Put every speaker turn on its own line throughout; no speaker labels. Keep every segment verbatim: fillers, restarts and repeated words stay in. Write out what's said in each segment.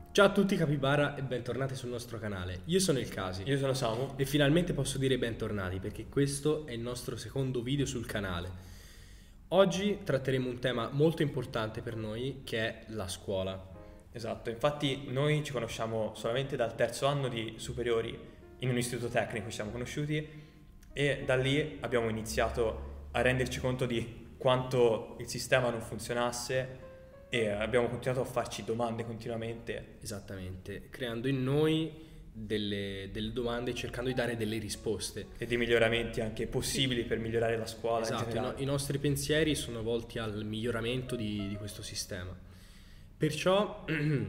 Ciao a tutti Capibara e bentornati sul nostro canale. Io sono il Casi
Io sono Samu.
e finalmente posso dire bentornati perché questo è il nostro secondo video sul canale. Oggi tratteremo un tema molto importante per noi che è la scuola.
Esatto, infatti noi ci conosciamo solamente dal terzo anno di superiori in un istituto tecnico, ci siamo conosciuti e da lì abbiamo iniziato a renderci conto di quanto il sistema non funzionasse e abbiamo continuato a farci domande continuamente.
Esattamente, creando in noi delle, delle domande e cercando di dare delle risposte.
E di miglioramenti anche possibili per migliorare la scuola in
Esatto, i, no-
generale.
i nostri pensieri sono volti al miglioramento di, di questo sistema. Perciò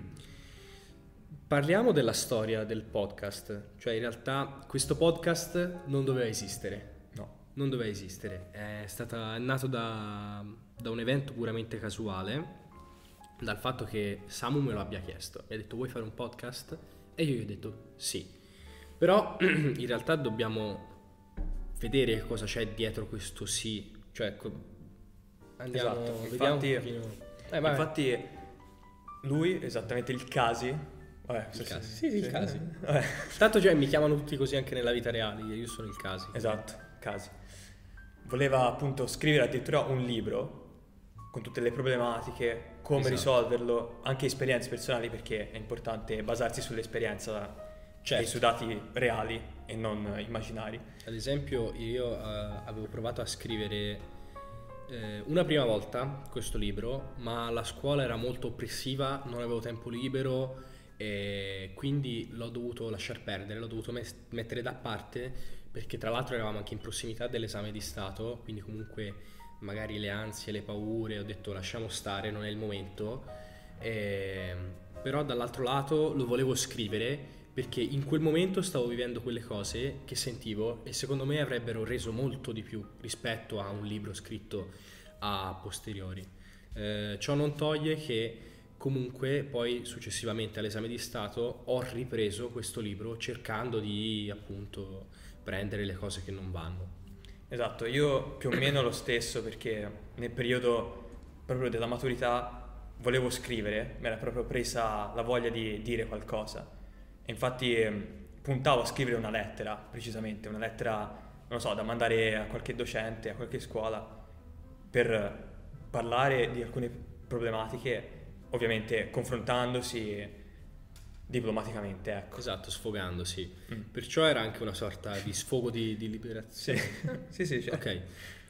parliamo della storia del podcast, cioè in realtà questo podcast non doveva esistere.
No,
Non doveva esistere, è stata, è nato da, da un evento puramente casuale, dal fatto che Samu me lo abbia chiesto. Mi ha detto: vuoi fare un podcast? E io gli ho detto sì. Però in realtà dobbiamo vedere cosa c'è dietro questo sì. Cioè, co- andiamo,
esatto.
vediamo
Infatti,
un pochino. Eh, vai.
infatti lui, esattamente il Casi, vabbè,
Il
sì,
Casi.
sì,
Sì, sì, il
sì,
Casi.
vabbè.
Tanto già mi chiamano tutti così anche nella vita reale, io sono il Casi.
Esatto, Casi. Voleva appunto scrivere addirittura un libro con tutte le problematiche, come
Esatto.
risolverlo, anche esperienze personali, perché è importante basarsi sull'esperienza
Certo.
e su dati reali e non immaginari.
Ad esempio, io eh, avevo provato a scrivere eh, una prima volta questo libro, ma la scuola era molto oppressiva, non avevo tempo libero e quindi l'ho dovuto lasciar perdere, l'ho dovuto mes- mettere da parte perché tra l'altro eravamo anche in prossimità dell'esame di Stato, quindi comunque magari le ansie, le paure, ho detto lasciamo stare, non è il momento. Ehm, però dall'altro lato lo volevo scrivere perché in quel momento stavo vivendo quelle cose che sentivo e secondo me avrebbero reso molto di più rispetto a un libro scritto a posteriori. Eh, ciò non toglie che comunque poi successivamente all'esame di Stato ho ripreso questo libro cercando di appunto prendere le cose che non vanno.
Esatto, io più o meno lo stesso, perché nel periodo proprio della maturità volevo scrivere, mi era proprio presa la voglia di dire qualcosa. E infatti ehm, puntavo a scrivere una lettera, precisamente, una lettera, non lo so, da mandare a qualche docente, a qualche scuola, per parlare di alcune problematiche, ovviamente confrontandosi diplomaticamente, ecco.
Esatto, sfogandosi.
Mm.
Perciò era anche una sorta di sfogo di, di
Sì,
liberazione.
sì, sì, certo.
Ok.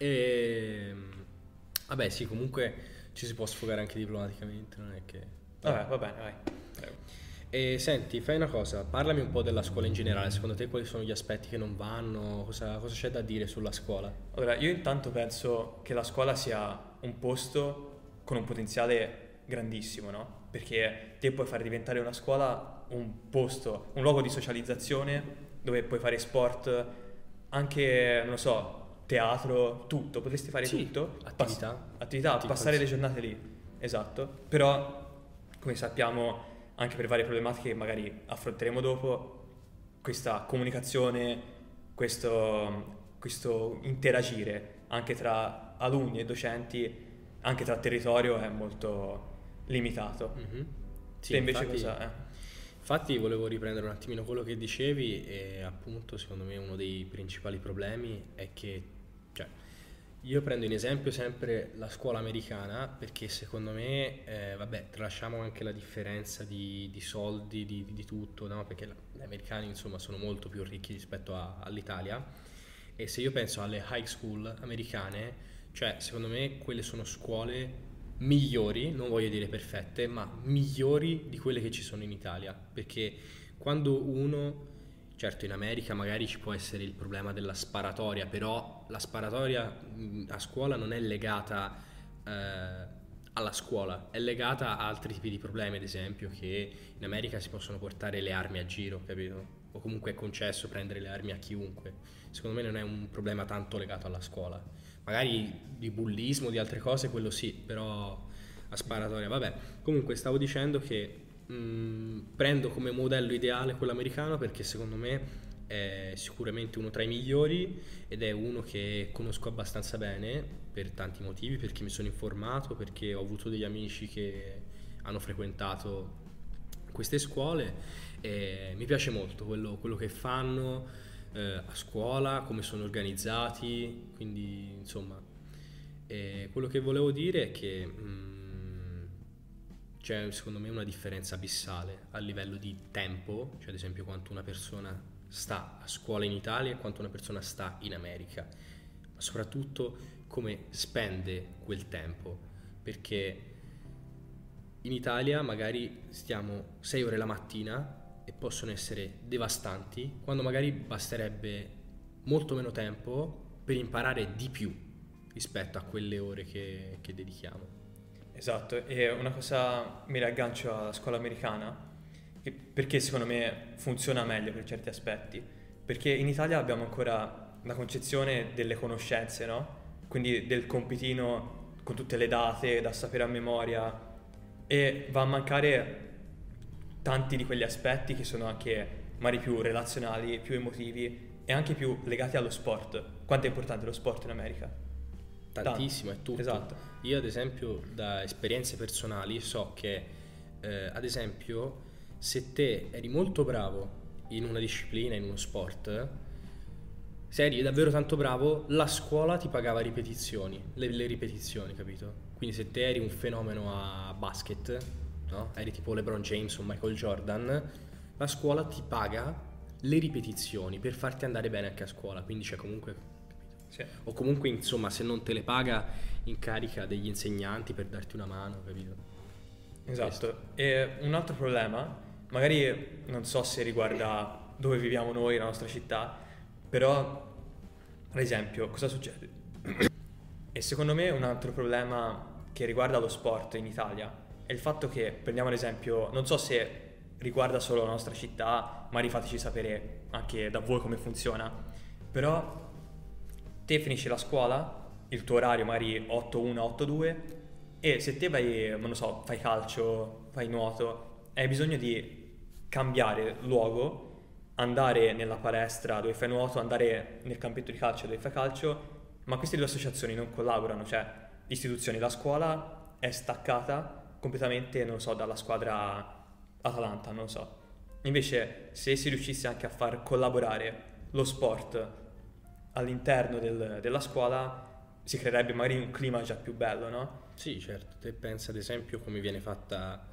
E, vabbè, sì, comunque ci si può sfogare anche diplomaticamente, non è che...
Vabbè, va bene, vai. Prego.
E senti, fai una cosa, parlami un po' della scuola in generale, secondo te quali sono gli aspetti che non vanno, cosa, cosa c'è da dire sulla scuola?
Allora, io intanto penso che la scuola sia un posto con un potenziale grandissimo, no? Perché te puoi fare diventare una scuola un posto, un luogo di socializzazione dove puoi fare sport, anche, non lo so, teatro, tutto, potresti fare
Sì,
tutto.
attività.
Pass- attività,
Tutti
passare le
questi.
giornate lì, esatto. Però, come sappiamo, anche per varie problematiche che magari affronteremo dopo, questa comunicazione, questo, questo interagire anche tra alunni e docenti, anche tra territorio, è molto limitato.
Mhm. Sì,
Te invece
infatti-
cosa è?
Infatti volevo riprendere un attimino quello che dicevi e appunto secondo me uno dei principali problemi è che, cioè, io prendo in esempio sempre la scuola americana perché secondo me, eh, vabbè, tralasciamo anche la differenza di, di soldi, di, di tutto, no? Perché la- gli americani insomma sono molto più ricchi rispetto a- all'Italia e se io penso alle high school americane, cioè secondo me quelle sono scuole migliori, non voglio dire perfette, ma migliori di quelle che ci sono in Italia, perché quando uno, certo in America magari ci può essere il problema della sparatoria, però la sparatoria mh, a scuola non è legata eh, alla scuola, è legata a altri tipi di problemi, ad esempio che in America si possono portare le armi a giro, capito? O comunque è concesso prendere le armi a chiunque. Secondo me non è un problema tanto legato alla scuola. Magari di bullismo, di altre cose, quello sì, però a sparatoria, vabbè. Comunque stavo dicendo che mh, prendo come modello ideale quello americano perché secondo me è sicuramente uno tra i migliori ed è uno che conosco abbastanza bene per tanti motivi, perché mi sono informato, perché ho avuto degli amici che hanno frequentato queste scuole e mi piace molto quello, quello che fanno eh, a scuola, come sono organizzati, quindi insomma e quello che volevo dire è che mh, c'è secondo me una differenza abissale a livello di tempo, cioè ad esempio quanto una persona sta a scuola in Italia e quanto una persona sta in America, ma soprattutto come spende quel tempo, perché in Italia magari stiamo sei ore la mattina e possono essere devastanti, quando magari basterebbe molto meno tempo per imparare di più rispetto a quelle ore che, che dedichiamo.
Esatto, e una cosa mi riaggancio alla scuola americana, che- perché secondo me funziona meglio per certi aspetti, perché in Italia abbiamo ancora la concezione delle conoscenze, no? Quindi del compitino con tutte le date da sapere a memoria, e va a mancare tanti di quegli aspetti che sono anche magari più relazionali, più emotivi e anche più legati allo sport. Quanto è importante lo sport in America?
Tantissimo, è tutto.
Esatto.
Io ad esempio da esperienze personali so che eh, ad esempio se te eri molto bravo in una disciplina, in uno sport, se eri davvero tanto bravo, la scuola ti pagava ripetizioni, le, le ripetizioni, capito? Quindi se te eri un fenomeno a basket, no? Eri tipo LeBron James o Michael Jordan, la scuola ti paga le ripetizioni per farti andare bene anche a scuola, quindi c'è comunque,
Sì.
o comunque insomma se non te le paga incarica degli insegnanti per darti una mano, capito?
Esatto. E un altro problema, magari non so se riguarda dove viviamo noi, la nostra città, però ad esempio cosa succede? E secondo me un altro problema che riguarda lo sport in Italia è il fatto che, prendiamo ad esempio, non so se riguarda solo la nostra città, ma rifateci sapere anche da voi come funziona, però te finisci la scuola, il tuo orario magari otto uno, otto due, e se te vai, non lo so, fai calcio, fai nuoto, hai bisogno di cambiare luogo, andare nella palestra dove fai nuoto, andare nel campetto di calcio dove fai calcio, ma queste due associazioni non collaborano, cioè l'istituzione, la scuola è staccata completamente, non so, dalla squadra Atalanta, non so. Invece se si riuscisse anche a far collaborare lo sport all'interno del- della scuola, si creerebbe magari un clima già più bello, no?
Sì, certo, te pensa ad esempio come viene fatta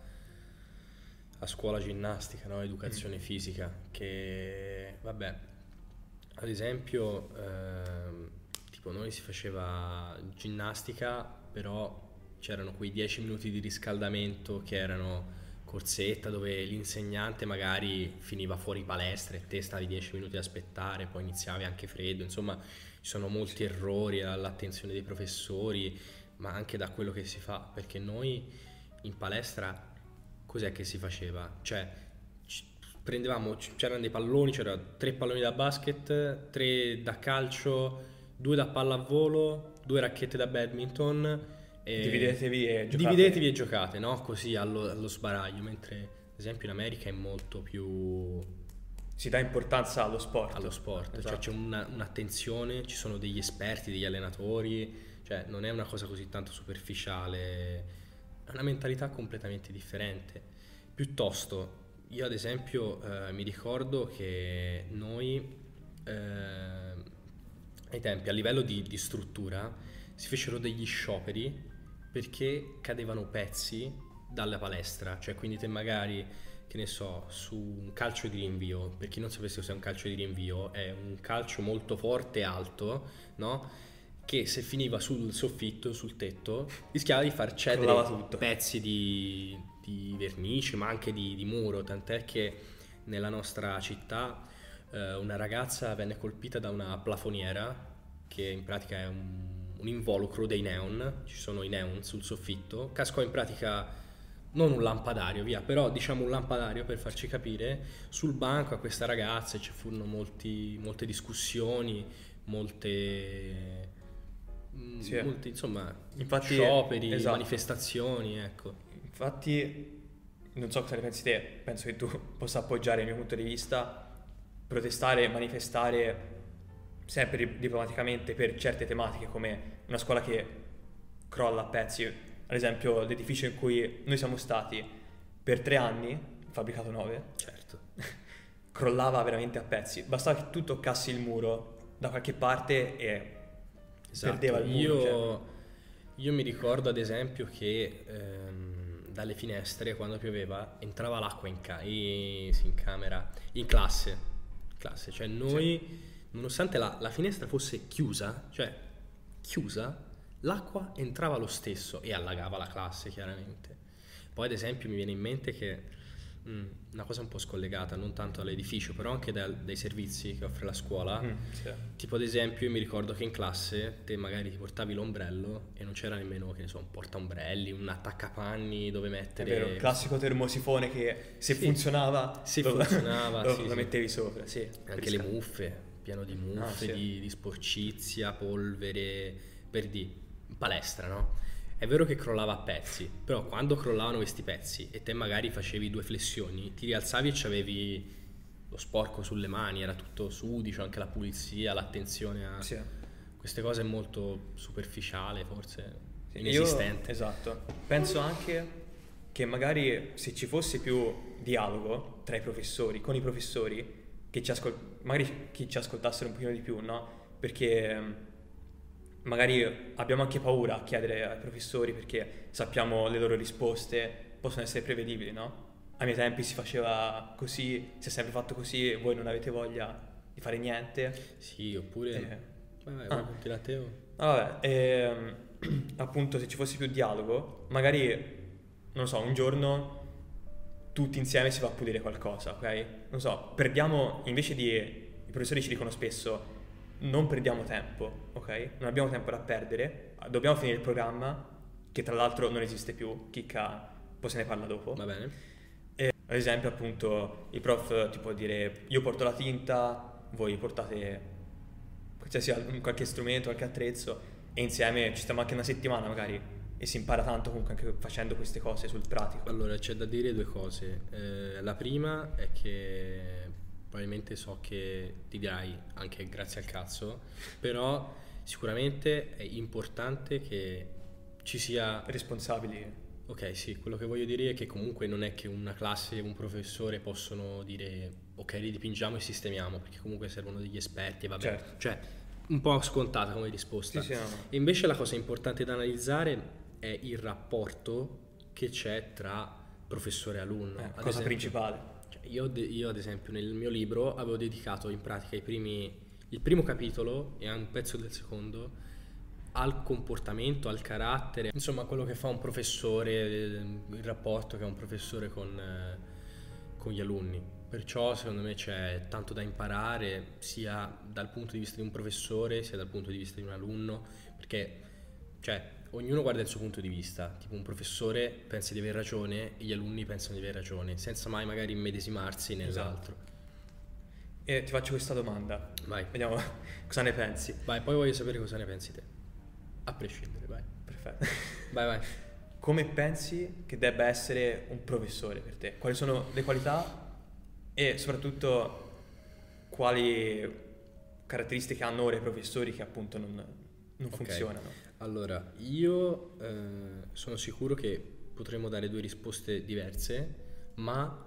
a scuola ginnastica, no? Educazione fisica, che vabbè, ad esempio ehm, tipo noi si faceva ginnastica, però c'erano quei dieci minuti di riscaldamento che erano corsetta dove l'insegnante magari finiva fuori palestra e te stavi dieci minuti ad aspettare, poi iniziavi anche freddo, insomma ci sono molti errori all'attenzione dei professori, ma anche da quello che si fa, perché noi in palestra cos'è che si faceva? Cioè ci- prendevamo, c- c'erano dei palloni, c'erano tre palloni da basket, tre da calcio, due da pallavolo, due racchette da badminton e
Dividetevi e giocate.
dividetevi e giocate, no? Così allo, allo sbaraglio, mentre ad esempio in America è molto più
Si dà importanza allo sport.
allo sport, cioè
Esatto.
c'è una- un'attenzione, ci sono degli esperti, degli allenatori, cioè non è una cosa così tanto superficiale, è una mentalità completamente differente. Piuttosto, io ad esempio eh, mi ricordo che noi eh, ai tempi a livello di, di struttura si fecero degli scioperi perché cadevano pezzi dalla palestra, cioè quindi te magari che ne so, su un calcio di rinvio, per chi non sapesse cos'è un calcio di rinvio, è un calcio molto forte e alto, no? Che se finiva sul soffitto, sul tetto, rischiava di far cedere
Crollava tutto.
pezzi di, di vernice, ma anche di, di muro, tant'è che nella nostra città eh, una ragazza venne colpita da una plafoniera, che in pratica è un, un involucro dei neon, ci sono i neon sul soffitto, cascò in pratica non un lampadario, via, però diciamo un lampadario per farci capire, sul banco a questa ragazza e ci furono molti, molte discussioni, molte, mm,
Sì.
molti, insomma,
Infatti,
scioperi,
esatto.
manifestazioni, ecco.
Infatti, non so cosa ne pensi te, penso che tu possa appoggiare il mio punto di vista, protestare, manifestare sempre dip- diplomaticamente per certe tematiche come una scuola che crolla a pezzi, ad esempio l'edificio in cui noi siamo stati per tre anni fabbricato nove,
Certo.
crollava veramente a pezzi. Bastava che tu toccassi il muro da qualche parte e
Esatto.
perdeva il muro.
Io,
cioè.
io mi ricordo ad esempio che ehm, dalle finestre quando pioveva entrava l'acqua in, ca- in, sì, in camera, in classe, classe. Cioè noi, nonostante la, la finestra fosse chiusa, cioè chiusa, l'acqua entrava lo stesso e allagava la classe chiaramente. Poi ad esempio mi viene in mente che mm, una cosa un po' scollegata, non tanto dall'edificio, però anche dal- dai servizi che offre la scuola.
Mm, sì.
Tipo ad esempio io mi ricordo che in classe te magari ti portavi l'ombrello e non c'era nemmeno, che ne so, un portaombrelli, un attaccapanni dove
È
mettere...
vero, il classico termosifone che se
Sì.
funzionava,
Se
lo,
funzionava,
lo,
sì,
lo
sì.
mettevi sopra. Sì,
Anche le muffe, pieno di muffe,
Ah, sì.
di, di sporcizia, polvere, per di palestra, no? È vero che crollava a pezzi, però quando crollavano questi pezzi e te magari facevi due flessioni, ti rialzavi e c'avevi lo sporco sulle mani, era tutto sudicio, anche la pulizia, l'attenzione a
Sì.
queste cose è molto superficiale, forse
Sì,
inesistente.
Io, esatto. Penso anche che magari se ci fosse più dialogo tra i professori, con i professori, che ci ascol- magari che ci ascoltassero un pochino di più, no? Perché mm, magari abbiamo anche paura a chiedere ai professori perché sappiamo le loro risposte, possono essere prevedibili, no? Ai miei tempi si faceva così, si è sempre fatto così e voi non avete voglia di fare niente.
Sì, oppure...
Eh.
Vabbè,
Ah.
vuoi continuare te o-
Ah, vabbè, ehm, appunto se ci fosse più dialogo, magari, non so, un giorno tutti insieme si va a pulire qualcosa, ok? Non so, perdiamo, invece di, i professori ci dicono spesso, non perdiamo tempo, ok? Non abbiamo tempo da perdere, dobbiamo finire il programma, che tra l'altro non esiste più, chicca, poi se ne parla dopo.
Va bene?
E, ad esempio, appunto, il prof ti può dire, io porto la tinta, voi portate qualsiasi al- qualche strumento, qualche attrezzo e insieme ci stiamo anche una settimana magari e si impara tanto comunque anche facendo queste cose sul pratico.
Allora, c'è da dire due cose. Eh, la prima è che probabilmente so che ti dirai anche grazie al cazzo, però sicuramente è importante che ci sia...
Responsabili.
Ok, sì, quello che voglio dire è che comunque non è che una classe e un professore possono dire ok, ridipingiamo e sistemiamo, perché comunque servono degli esperti e va bene.
Certo.
Cioè, un po' scontata come risposta.
Sì, sì, no, no.
E invece la cosa importante da analizzare è il rapporto che c'è tra professore e alunno.
Eh,
Ad
cosa
esempio,
principale.
cioè, io, de- io ad esempio nel mio libro avevo dedicato in pratica i primi, il primo capitolo e un pezzo del secondo al comportamento, al carattere, insomma quello che fa un professore, eh, il rapporto che ha un professore con, eh, con gli alunni. Perciò secondo me c'è tanto da imparare sia dal punto di vista di un professore sia dal punto di vista di un alunno, perché cioè, ognuno guarda il suo punto di vista, tipo un professore pensa di aver ragione e gli alunni pensano di aver ragione, senza mai magari immedesimarsi nell'altro.
E ti faccio questa domanda,
Vai,
vediamo cosa ne pensi.
vai, poi voglio sapere cosa ne pensi te. A prescindere, vai.
Perfetto.
Vai, vai.
Come pensi che debba essere un professore per te? Quali sono le qualità e soprattutto quali caratteristiche hanno ora i professori che appunto non, non
Ok.
funzionano?
Allora, io eh, sono sicuro che potremo dare due risposte diverse, ma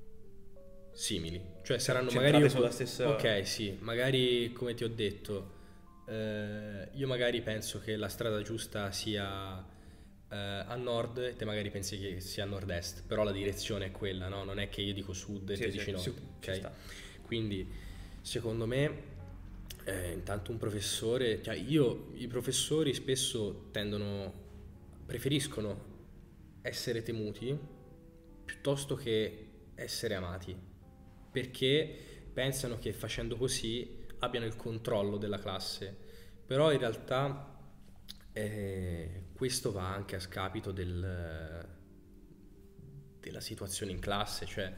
simili. Cioè saranno
Centrate
magari...
sulla stessa-
Ok, sì, magari come ti ho detto, eh, io magari penso che la strada giusta sia eh, a nord e te magari pensi che sia a nord-est, però la direzione è quella, no? Non è che io dico sud e
Sì,
te
sì,
dici nord,
sì,
ok?
ci sta.
Quindi, secondo me, eh, intanto un professore, cioè io, i professori spesso tendono, preferiscono essere temuti piuttosto che essere amati, perché pensano che facendo così abbiano il controllo della classe, però in realtà eh, questo va anche a scapito del, della situazione in classe, cioè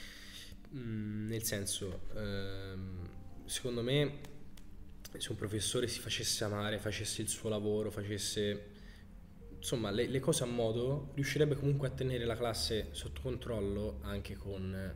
mh, nel senso, ehm, secondo me se un professore si facesse amare, facesse il suo lavoro, facesse insomma le, le cose a modo, riuscirebbe comunque a tenere la classe sotto controllo anche con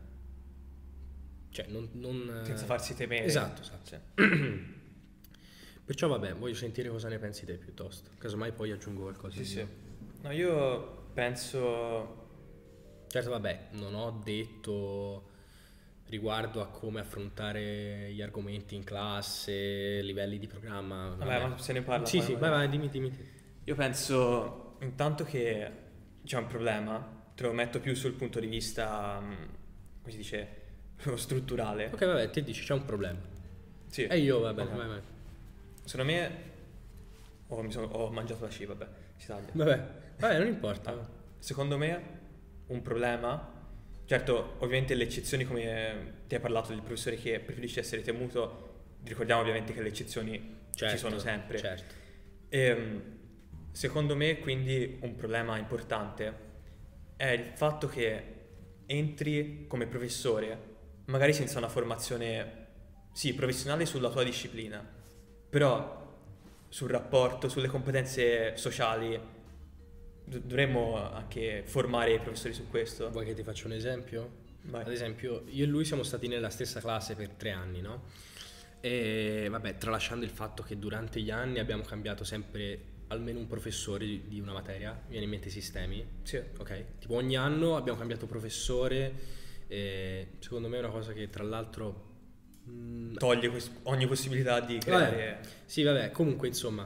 cioè non, non
Senza farsi temere.
esatto, esatto.
Sì.
Perciò vabbè, voglio sentire cosa ne pensi te piuttosto, casomai poi aggiungo qualcosa
Sì,
di
sì.
mio.
No, io penso
Certo, vabbè, non ho detto riguardo a come affrontare gli argomenti in classe, livelli di programma,
Vabbè,
vabbè.
ma se ne parla
Sì,
poi
sì, vai,
magari.
vai, dimmi, dimmi.
Io penso intanto che c'è un problema, te lo metto più sul punto di vista, mm, come si dice, proprio strutturale.
Ok, vabbè, te dici c'è un problema.
Sì.
E io, va bene,
Ok.
vai, vai.
Secondo me oh, mi sono- ho mangiato la scia, vabbè, si taglia.
Vabbè, vabbè, non importa.
Ah, secondo me un problema, certo ovviamente le eccezioni come ti hai parlato del professore che preferisce essere temuto, ricordiamo ovviamente che le eccezioni
Certo,
ci sono sempre.
certo.
E, secondo me quindi un problema importante è il fatto che entri come professore, magari senza una formazione, sì, professionale sulla tua disciplina, però sul rapporto, sulle competenze sociali, do- dovremmo anche formare i professori su questo.
Vuoi che ti faccia un esempio?
Vai.
Ad esempio, io e lui siamo stati nella stessa classe per tre anni, no? E vabbè, tralasciando il fatto che durante gli anni abbiamo cambiato sempre almeno un professore di, di una materia, mi viene in mente sistemi,
Sì.
ok? Tipo ogni anno abbiamo cambiato professore, e secondo me è una cosa che tra l'altro... mh,
Toglie quest- ogni possibilità di creare...
sì, vabbè, comunque insomma,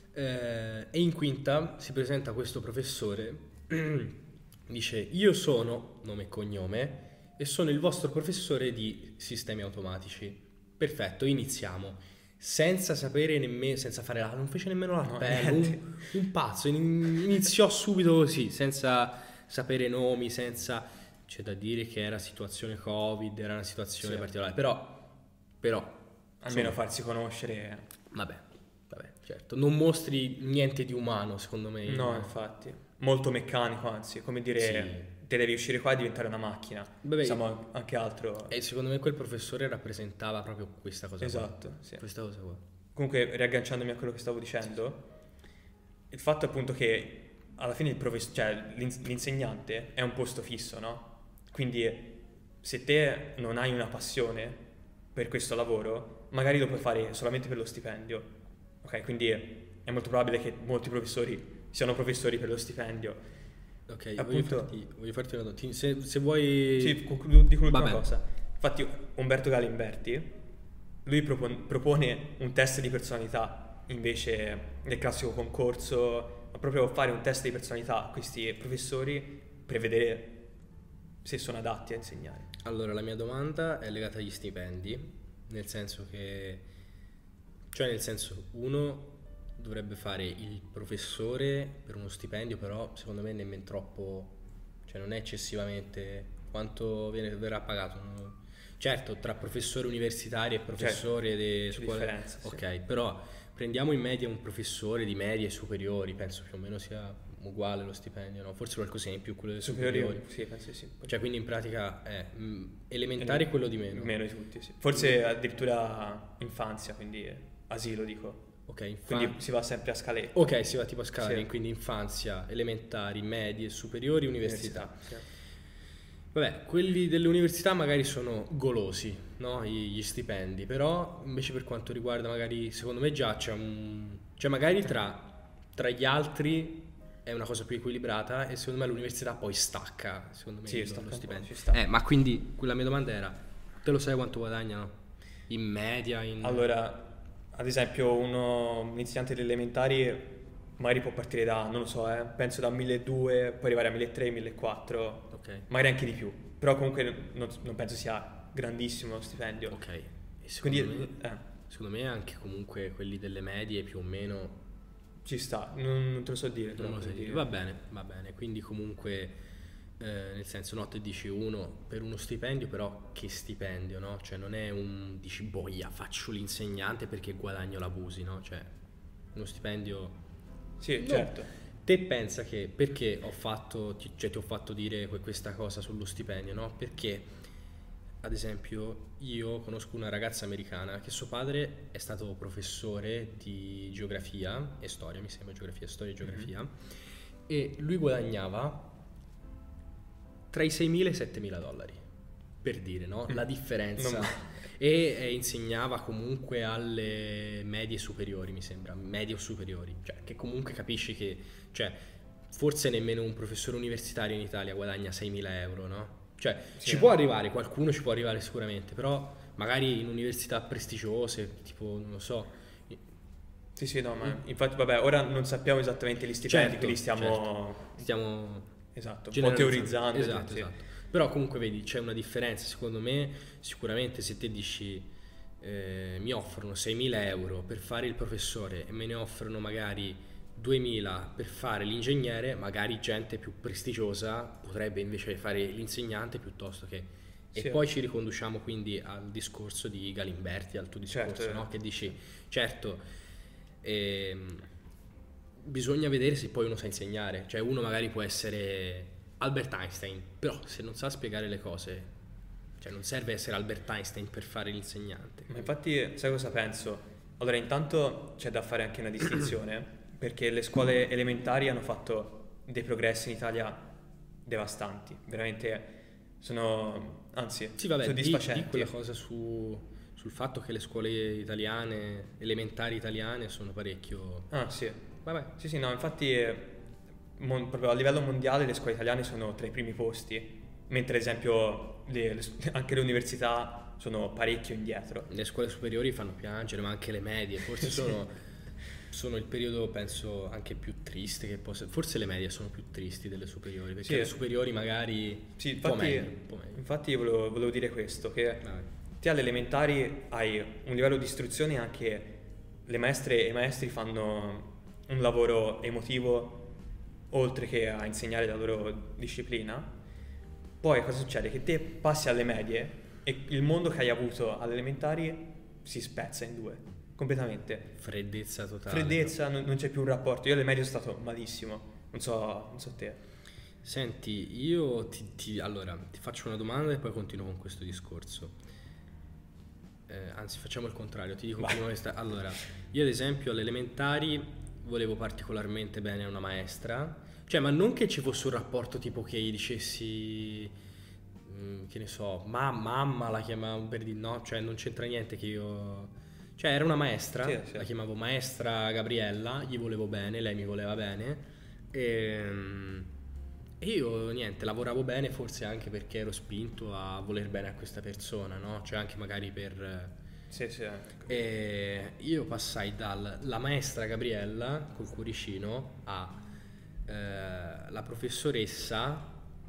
eh, e in quinta si presenta questo professore, dice io sono, nome e cognome, e sono il vostro professore di sistemi automatici. Perfetto, iniziamo. Senza sapere nemmeno, senza fare la, non fece nemmeno l'appello,
niente.
un, un pazzo, in- iniziò subito così, senza sapere nomi, senza... C'è da dire che era situazione Covid, era una situazione
Sì.
particolare, però, però,
Almeno
insomma,
farsi conoscere.
vabbè, vabbè, certo, non mostri niente di umano, secondo me.
No, infatti. Molto meccanico, anzi, come dire,
Sì.
te devi uscire qua e diventare una macchina.
Vabbè,
Siamo anche altro.
E secondo me quel professore rappresentava proprio questa cosa qua.
Esatto, sì.
Questa cosa qua.
Comunque, riagganciandomi a quello che stavo dicendo, il fatto appunto che alla fine il profes- cioè, l'ins- l'insegnante è un posto fisso, no? Quindi se te non hai una passione per questo lavoro, magari lo puoi fare solamente per lo stipendio. Ok, quindi è molto probabile che molti professori siano professori per lo stipendio.
Ok,
Appunto-
voglio farti, voglio farti una domanda. Se, se vuoi...
Sì, concludo, dico l'ultima
Vabbè.
cosa. Infatti Umberto Galimberti, lui propon- propone un test di personalità invece del classico concorso, ma proprio fare un test di personalità a questi professori per vedere se sono adatti a insegnare.
Allora, la mia domanda è legata agli stipendi, nel senso che... Cioè, nel senso, uno dovrebbe fare il professore per uno stipendio, però secondo me nemmeno troppo... Cioè, non è eccessivamente... Quanto viene, verrà pagato? Non- Certo, tra professore universitario e professore di
c'è
scuola...
differenza, sì.
Ok, però prendiamo in media un professore di medie e superiori, penso più o meno sia uguale lo stipendio, no? Forse qualcosina in più quello delle
Superiori,
superiori.
sì, penso di sì.
Cioè, quindi in pratica è mh, elementare quello di meno.
Meno di tutti, sì. Forse addirittura infanzia, quindi asilo dico.
Ok, infan-
Quindi si va sempre a scaletta.
ok, si va tipo a scalare,
Sì.
quindi infanzia, elementari, medie, superiori, università.
Sì.
Vabbè, quelli delle università magari sono golosi, no? Gli, gli stipendi, però invece per quanto riguarda magari, secondo me già c'è un... Cioè magari tra, tra gli altri è una cosa più equilibrata e secondo me l'università poi stacca, secondo me,
Sì,
lo,
stacca
lo
un po',
stipendio.
ci sta.
Eh, ma quindi quella mia domanda era, te lo sai quanto guadagnano? In media, in...
Allora, ad esempio, uno, un insegnante delle elementari magari può partire da, non lo so, eh, penso da milleduecento, può arrivare a milletrecento, millequattrocento,
Ok,
magari anche di più. Però comunque non, non penso sia grandissimo lo stipendio.
ok. E secondo
Quindi
me...
eh,
Secondo me anche comunque quelli delle medie più o meno
ci sta, non, non te lo so dire. però
non lo
per
sai dire.
dire.
Va bene, va bene. Quindi comunque eh, nel senso no, te dici uno per uno stipendio, però che stipendio, no? Cioè non è un dici boia, faccio l'insegnante perché guadagno l'abusi, no? Cioè uno stipendio.
Sì,
No.
certo.
Te pensa che perché ho fatto, ti- cioè ti ho fatto dire que- questa cosa sullo stipendio, no? Perché ad esempio io conosco una ragazza americana che suo padre è stato professore di geografia e storia, mi sembra geografia, storia e geografia, e lui guadagnava tra i seimila e i settemila dollari, per dire, no? La differenza.
Non-
E eh, insegnava comunque alle medie superiori, mi sembra, medie o superiori, cioè che comunque capisci che, cioè, forse nemmeno un professore universitario in Italia guadagna seimila euro, no? Cioè,
Sì.
ci può arrivare, qualcuno ci può arrivare sicuramente, però magari in università prestigiose, tipo, non lo so.
Sì, sì, no, ma infatti, vabbè, ora non sappiamo esattamente gli stipendi,
Certo,
quindi stiamo...
certo. Stiamo
Esatto, un po'
generalizzando.
teorizzando.
Esatto,
sì.
esatto. Però comunque vedi, c'è una differenza, secondo me, sicuramente se te dici eh, mi offrono seimila euro per fare il professore e me ne offrono magari duemila per fare l'ingegnere, magari gente più prestigiosa potrebbe invece fare l'insegnante piuttosto che... E
Sì.
poi ci riconduciamo quindi al discorso di Galimberti, al tuo discorso,
Certo.
no? Che dici, certo, ehm, bisogna vedere se poi uno sa insegnare, cioè uno magari può essere Albert Einstein, però se non sa spiegare le cose, cioè non serve essere Albert Einstein per fare l'insegnante.
Ma infatti, sai cosa penso? Allora, intanto c'è da fare anche una distinzione, perché le scuole elementari hanno fatto dei progressi in Italia devastanti, veramente sono, anzi,
Sì, vabbè, di,
soddisfacenti.
di quella cosa su, sul fatto che le scuole italiane, elementari italiane, sono parecchio...
Ah, sì.
Vabbè,
Sì, sì, no, infatti eh, mon- proprio a livello mondiale le scuole italiane sono tra i primi posti, mentre ad esempio le- le- anche le università sono parecchio indietro.
le scuole superiori fanno piangere, ma anche le medie, forse
Sì.
sono, sono il periodo, penso, anche più triste che possa... Forse le medie sono più tristi delle superiori, perché
Sì.
le superiori magari...
Sì,
un po'
infatti,
meglio, un po' meglio.
infatti volevo, volevo dire questo, che
Vai.
te alle elementari hai un livello di istruzione, anche le maestre e i maestri fanno un lavoro emotivo oltre che a insegnare la loro disciplina. Poi cosa succede? Che te passi alle medie e il mondo che hai avuto alle elementari si spezza in due, completamente.
Freddezza totale.
Freddezza, non, non c'è più un rapporto. Io alle medie sono stato malissimo, non so, non so te.
Senti, io ti, ti- allora, ti faccio una domanda e poi continuo con questo discorso. Eh, anzi, facciamo il contrario, ti dico
Vai.
prima questa. Allora, io ad esempio alle elementari volevo particolarmente bene a una maestra, cioè, ma non che ci fosse un rapporto tipo che gli dicessi, mm, che ne so, ma mamma la chiamavo per dire no, cioè non c'entra niente che io... Cioè, era una maestra,
Sì, sì.
la chiamavo maestra Gabriella, gli volevo bene, lei mi voleva bene. E, e io niente, lavoravo bene forse anche perché ero spinto a voler bene a questa persona, no? Cioè anche magari per...
Sì, sì.
E io passai dalla maestra Gabriella col cuoricino a eh, la professoressa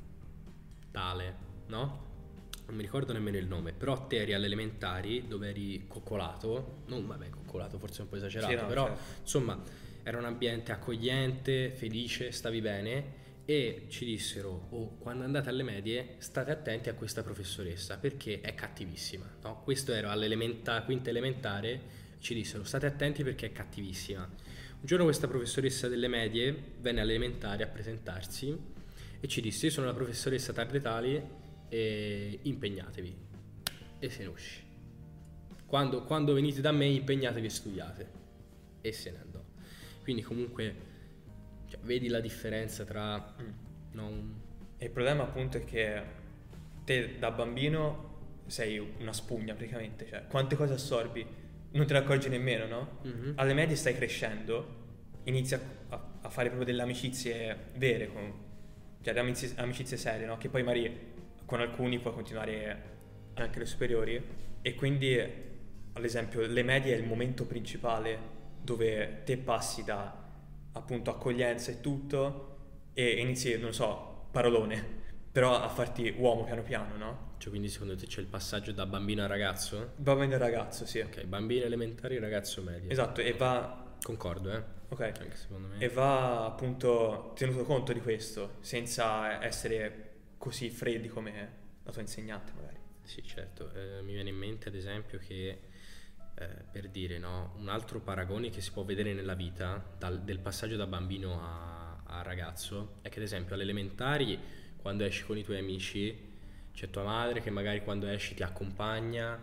tale, no? Non mi ricordo nemmeno il nome, però te eri alle elementari dove eri coccolato, non vabbè coccolato forse è un po' esagerato,
Sì, no,
però
certo.
insomma era un ambiente accogliente, felice, stavi bene e ci dissero oh, quando andate alle medie state attenti a questa professoressa perché è cattivissima, no? Questo era all'elementa, quinta elementare, ci dissero state attenti perché è cattivissima. Un giorno questa professoressa delle medie venne alle elementari a presentarsi e ci disse io sono la professoressa tarde tali e impegnatevi e se ne uscì. Quando, quando venite da me impegnatevi e studiate e se ne andò. Quindi comunque cioè, vedi la differenza tra
Mm.
no, un-
E il problema appunto è che te da bambino sei una spugna praticamente, cioè quante cose assorbi, non te ne accorgi nemmeno, no?
Mhm.
Alle medie stai crescendo, inizi a, a- a fare proprio delle amicizie vere, con, cioè delle amicizie, amicizie serie, no? Che poi magari con alcuni puoi continuare anche le superiori e quindi ad esempio le medie è il momento principale dove te passi da appunto accoglienza e tutto e inizi, non so, parolone, però a farti uomo piano piano, no?
Cioè, quindi secondo te c'è il passaggio da bambino a ragazzo?
Va bene ragazzo, sì.
Ok, bambino elementari, ragazzo medio.
Esatto, e va,
Concordo, eh?
ok,
Anche secondo me.
e va appunto tenuto conto di questo, senza essere così freddi come la tua insegnante magari.
Sì, certo. Eh, mi viene in mente ad esempio che eh, per dire, no, un altro paragone che si può vedere nella vita dal- del passaggio da bambino a, a ragazzo è che ad esempio alle elementari quando esci con i tuoi amici c'è tua madre che magari quando esci ti accompagna,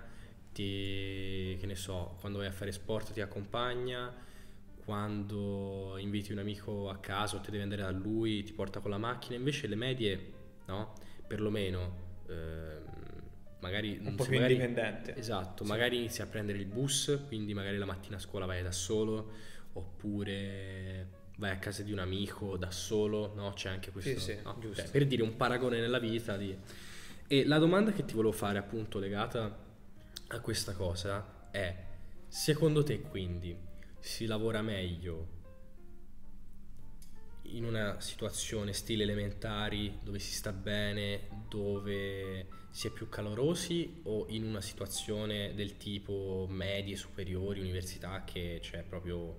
ti, che ne so, quando vai a fare sport ti accompagna, quando inviti un amico a casa o ti devi andare da lui ti porta con la macchina, invece le medie, no, perlomeno ehm, magari
Un po'
se
più
magari-
indipendente.
esatto,
Sì.
magari inizi a prendere il bus, quindi magari la mattina a scuola vai da solo, oppure vai a casa di un amico da solo, no? C'è anche questo,
Sì, sì,
no?
giusto.
Cioè, per dire un paragone nella vita di... E la domanda che ti volevo fare appunto legata a questa cosa è, secondo te quindi si lavora meglio in una situazione stile elementari dove si sta bene, dove si è più calorosi, o in una situazione del tipo medie, superiori, università, che c'è proprio...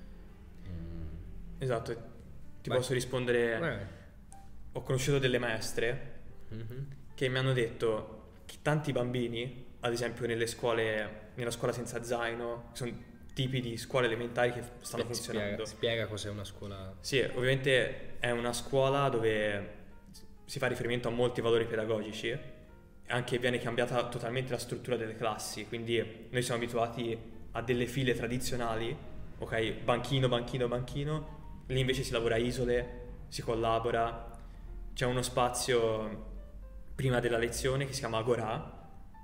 mm,
Esatto, ti
Vai.
posso rispondere.
Vai.
Ho conosciuto delle maestre
Mhm.
che mi hanno detto che tanti bambini, ad esempio nelle scuole, nella scuola senza zaino, sono tipi di scuole elementari che stanno
Beh,
funzionando.
Spiega, spiega cos'è una scuola...
Sì, ovviamente è una scuola dove si fa riferimento a molti valori pedagogici, anche viene cambiata totalmente la struttura delle classi, quindi noi siamo abituati a delle file tradizionali, ok, banchino, banchino, banchino, lì invece si lavora a isole, si collabora, c'è uno spazio prima della lezione che si chiama Agorà,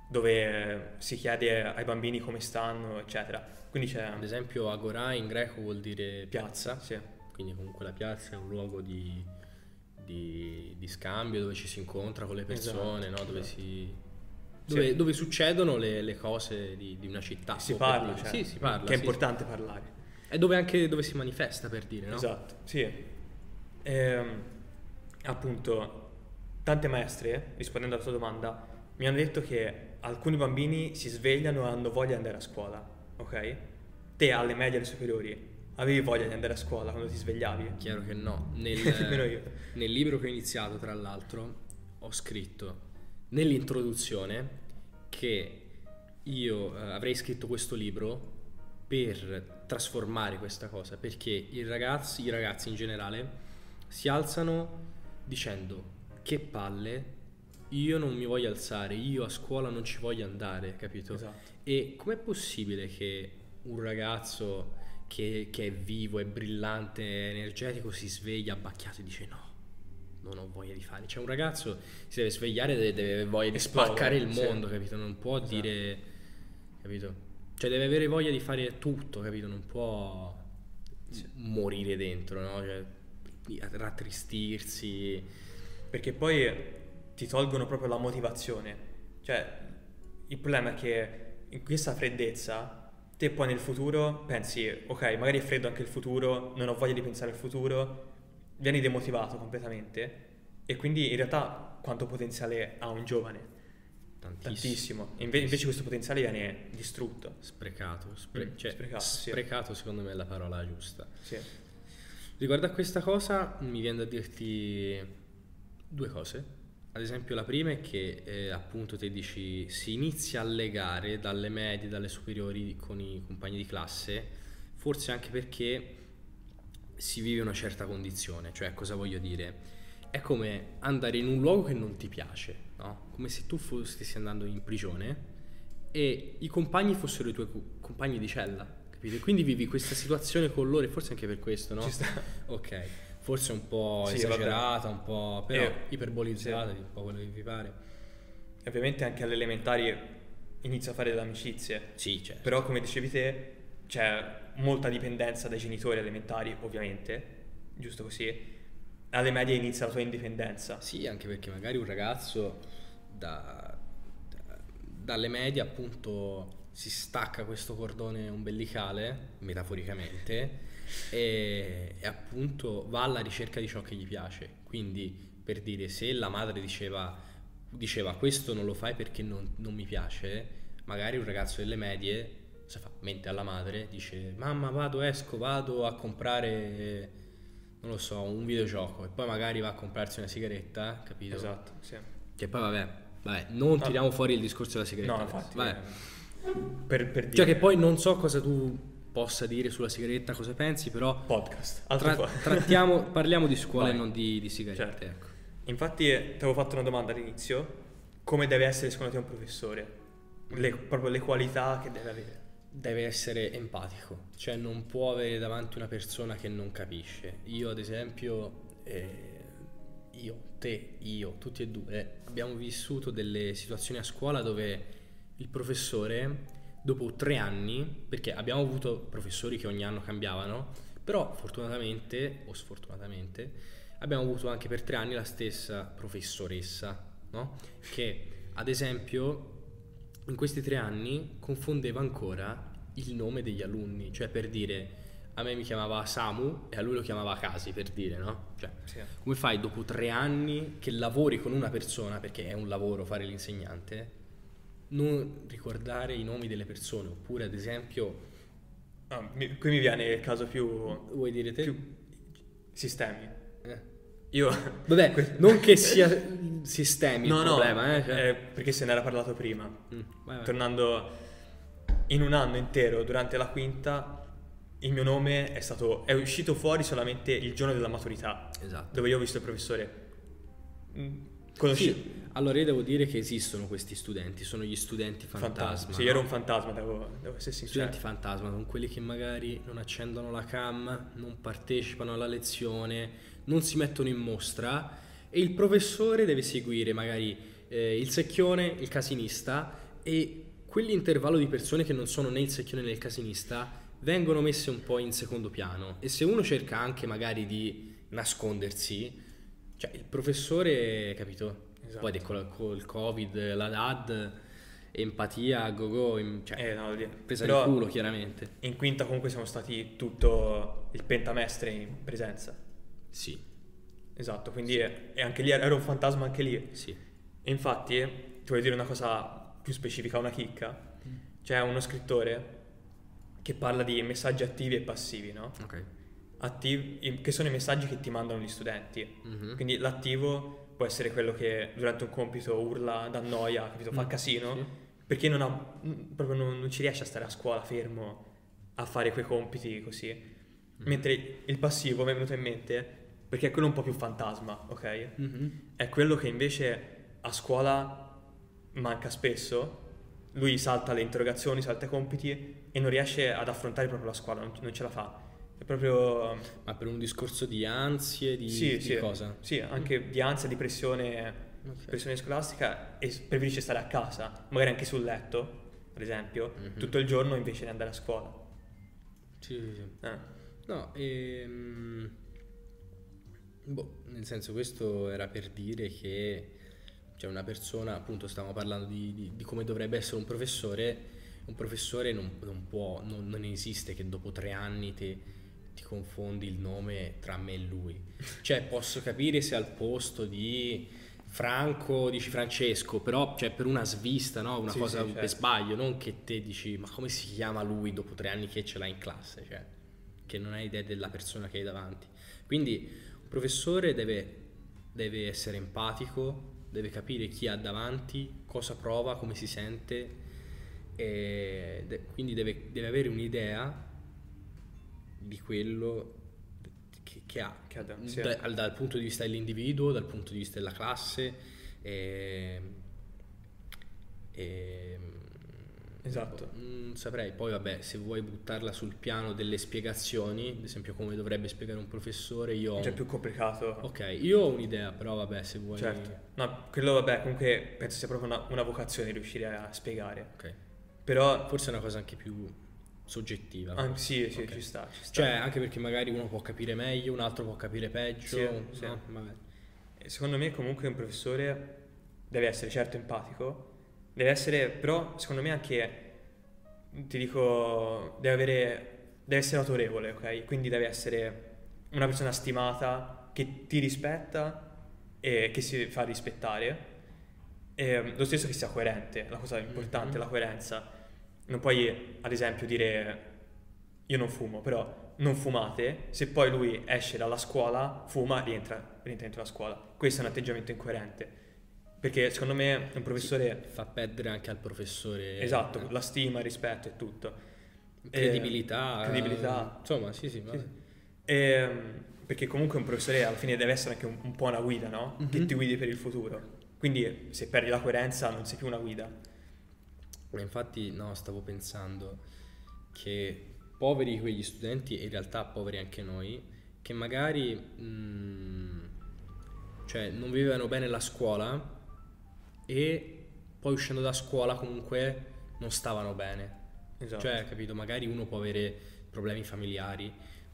dove si chiede ai bambini come stanno, eccetera. Quindi c'è
Ad esempio agorà in greco vuol dire piazza,
piazza, sì.
quindi comunque la piazza è un luogo di, di- di scambio dove ci si incontra con le persone,
Esatto,
no? Dove,
esatto.
si, dove,
Sì.
dove succedono le, le cose di, di una città.
Si
boh, per
parla,
dire.
cioè,
Sì, si parla.
che è
sì,
importante parlare.
sì. È dove anche dove si manifesta, per dire, no?
Esatto, sì. Ehm, appunto, tante maestre, rispondendo alla tua domanda, mi hanno detto che alcuni bambini si svegliano e hanno voglia di andare a scuola, ok? Te alle medie e alle superiori avevi voglia di andare a scuola quando ti svegliavi?
Chiaro che no. Nel,
Nemmeno io.
nel libro che ho iniziato, tra l'altro, ho scritto nell'introduzione che io eh, avrei scritto questo libro per trasformare questa cosa, perché i ragazzi, i ragazzi in generale si alzano dicendo che palle, io non mi voglio alzare, io a scuola non ci voglio andare, capito?
Esatto.
E com'è possibile che un ragazzo che, che è vivo, è brillante, è energetico, si sveglia abbacchiato e dice no, non ho voglia di fare. Cioè un ragazzo si deve svegliare, deve, deve avere voglia di
Esplodere,
spaccare il
sì.
mondo, capito? Non può
Esatto.
dire, capito? Cioè deve avere voglia di fare tutto, capito? Non può
Sì.
morire dentro, no? Cioè, rattristirsi.
Perché poi ti tolgono proprio la motivazione. Cioè, il problema è che in questa freddezza te poi nel futuro pensi, ok, magari è freddo anche il futuro, non ho voglia di pensare al futuro, vieni demotivato completamente e quindi in realtà quanto potenziale ha un giovane?
Tantissimo.
Tantissimo. E inve- invece questo potenziale viene distrutto.
Sprecato. spre-
Mm,
cioè,
sprecato, sì.
sprecato secondo me è la parola giusta.
Sì.
Riguardo a questa cosa mi viene da dirti due cose. Ad esempio la prima è che eh, appunto te dici si inizia a legare dalle medie, dalle superiori con i compagni di classe, forse anche perché si vive una certa condizione, cioè cosa voglio dire? È come andare in un luogo che non ti piace, no? Come se tu fo- stessi andando in prigione e i compagni fossero i tuoi co- compagni di cella, capito? E quindi vivi questa situazione con loro e forse anche per questo, no?
Ci sta.
Ok, forse un po'
Sì,
esagerata, un po' però
Eh,
iperbolizzata,
sì.
un po' quello che vi pare.
E ovviamente anche alle elementari inizio a fare delle amicizie.
Sì, certo.
Però come dicevi te c'è molta dipendenza dai genitori elementari, ovviamente, giusto così. Alle medie inizia la tua indipendenza.
Sì, anche perché magari un ragazzo da- da- dalle medie appunto si stacca questo cordone ombelicale, metaforicamente, e, e appunto va alla ricerca di ciò che gli piace. Quindi, per dire, se la madre diceva, diceva questo non lo fai perché non, non mi piace, magari un ragazzo delle medie cosa fa? Mente alla madre, dice mamma vado, esco, vado a comprare, non lo so, un videogioco, e poi magari va a comprarsi una sigaretta, capito?
Esatto, sì.
Che poi vabbè, vabbè, non
No.
tiriamo fuori il discorso della sigaretta.
No,
adesso,
infatti.
vabbè.
eh, Per, per dire.
Cioè che poi non so cosa tu possa dire sulla sigaretta, cosa pensi, però
Podcast. Altro
tra-
po-
trattiamo, parliamo di scuola e
Vai.
non di, di sigarette,
Certo.
ecco.
Infatti ti avevo fatto una domanda all'inizio. Come deve essere secondo te un professore? Le, proprio le qualità che deve avere.
Deve essere empatico, cioè non può avere davanti una persona che non capisce. Io ad esempio, eh, io, te, io, tutti e due abbiamo vissuto delle situazioni a scuola dove il professore dopo tre anni, perché abbiamo avuto professori che ogni anno cambiavano, Però fortunatamente o sfortunatamente abbiamo avuto anche per tre anni la stessa professoressa, no? Che ad esempio in questi tre anni confondeva ancora il nome degli alunni, cioè per dire a me mi chiamava Samu e a lui lo chiamava Casi, per dire, no? Cioè,
Sì.
come fai dopo tre anni che lavori con una persona, perché è un lavoro fare l'insegnante, non ricordare i nomi delle persone? Oppure ad esempio,
Ah, mi- qui mi viene il caso più,
vuoi dire te?
più sistemi.
Eh.
Io
Vabbè,
que-
non che sia sistemi
no,
il
no,
problema, eh, cioè.
eh, perché se ne era parlato prima.
Mm, vai, vai.
Tornando in un anno intero, durante la quinta, il mio nome è stato è uscito fuori solamente il giorno della maturità,
Esatto.
dove io ho visto il professore. Mm, Conosci?
Sì, allora io devo dire che esistono questi studenti, sono gli studenti fantasma.
Fantasma. Sì,
no?
ero un fantasma, devo, devo essere sincero.
Studenti fantasma, sono quelli che magari non accendono la cam, non partecipano alla lezione, non si mettono in mostra e il professore deve seguire magari eh, il secchione, il casinista e quell'intervallo di persone che non sono né il secchione né il casinista vengono messe un po' in secondo piano e se uno cerca anche magari di nascondersi, cioè il professore, capito?
Esatto.
Poi col, col Covid, la D A D, empatia, go go, in- cioè,
Eh, no, lì-
presa
però
di culo chiaramente.
in quinta comunque siamo stati tutto il pentamestre in presenza.
Sì,
Esatto, quindi e anche lì ero un fantasma anche lì.
sì.
E infatti, ti voglio dire una cosa più specifica, una chicca. C'è uno scrittore che parla di messaggi attivi e passivi, no?
Ok.
Attivi, che sono i messaggi che ti mandano gli studenti.
Mhm.
Quindi l'attivo può essere quello che durante un compito urla, dà noia, capito? Fa
Mm,
casino,
sì.
perché non, ha, mm, proprio non, non ci riesce a stare a scuola fermo a fare quei compiti così.
Mm.
Mentre il passivo mi è venuto in mente perché è quello un po' più fantasma, ok?
Mhm.
È quello che invece a scuola manca spesso. Lui salta le interrogazioni, salta i compiti e non riesce ad affrontare proprio la scuola, non, non ce la fa. È proprio...
Ma per un discorso di ansie, di,
sì,
di
sì,
cosa?
sì, anche di ansia, di pressione,
Ok.
pressione scolastica e s- preferisce stare a casa, magari anche sul letto, ad esempio,
Mhm.
tutto il giorno invece di andare a scuola.
Sì, sì, sì.
Eh.
No, ehm... boh, nel senso questo era per dire che c'è una persona, appunto stavamo parlando di, di- di come dovrebbe essere un professore, un professore non, non può, non, non esiste che dopo tre anni ti, ti confondi il nome tra me e lui. Cioè posso capire se al posto di Franco dici Francesco, però cioè, per una svista, no? Una
Sì,
cosa
sì,
per
certo.
sbaglio, non che te dici ma come si chiama lui dopo tre anni che ce l'ha in classe, cioè che non hai idea della persona che hai davanti. Quindi un professore deve, deve essere empatico, deve capire chi ha davanti, cosa prova, come si sente, e de- quindi deve, deve avere un'idea di quello che, che ha,
Che ha da- sì.
da- al- dal punto di vista dell'individuo, dal punto di vista della classe. E, e-
Esatto.
non saprei, poi vabbè, se vuoi buttarla sul piano delle spiegazioni, ad esempio come dovrebbe spiegare un professore, io ho
È già più complicato.
ok, io ho un'idea, però vabbè, se vuoi
Certo. No, quello vabbè, comunque penso sia proprio una, una vocazione riuscire a spiegare.
ok.
Però,
Forse è una cosa anche più soggettiva.
ah, sì, sì,
Ok.
ci sta, ci sta.
Cioè, anche perché magari uno può capire meglio, un altro può capire peggio,
Sì, sì.
no? Vabbè.
E secondo me comunque un professore deve essere certo empatico, deve essere però secondo me anche, ti dico, deve avere, deve essere autorevole, ok? Quindi deve essere una persona stimata, che ti rispetta e che si fa rispettare. E lo stesso che sia coerente, la cosa importante,
Mhm.
la coerenza. Non puoi ad esempio dire io non fumo, però non fumate, se poi lui esce dalla scuola, fuma, rientra, rientra dentro la scuola. Questo è un atteggiamento incoerente. Perché secondo me un professore...
Fa perdere anche al professore
Esatto,
eh,
la stima, il rispetto e tutto.
credibilità.
Eh, credibilità.
Insomma, sì, sì, vabbè.
Ehm, perché comunque un professore alla fine deve essere anche un, un po' una guida, no? Che
Mhm.
ti guidi per il futuro. Quindi se perdi la coerenza non sei più una guida.
Ma infatti, no, stavo pensando che poveri quegli studenti, e in realtà poveri anche noi, che magari mh, cioè non vivevano bene la scuola e poi uscendo da scuola comunque non stavano bene.
Esatto.
Cioè, capito, magari uno può avere problemi familiari,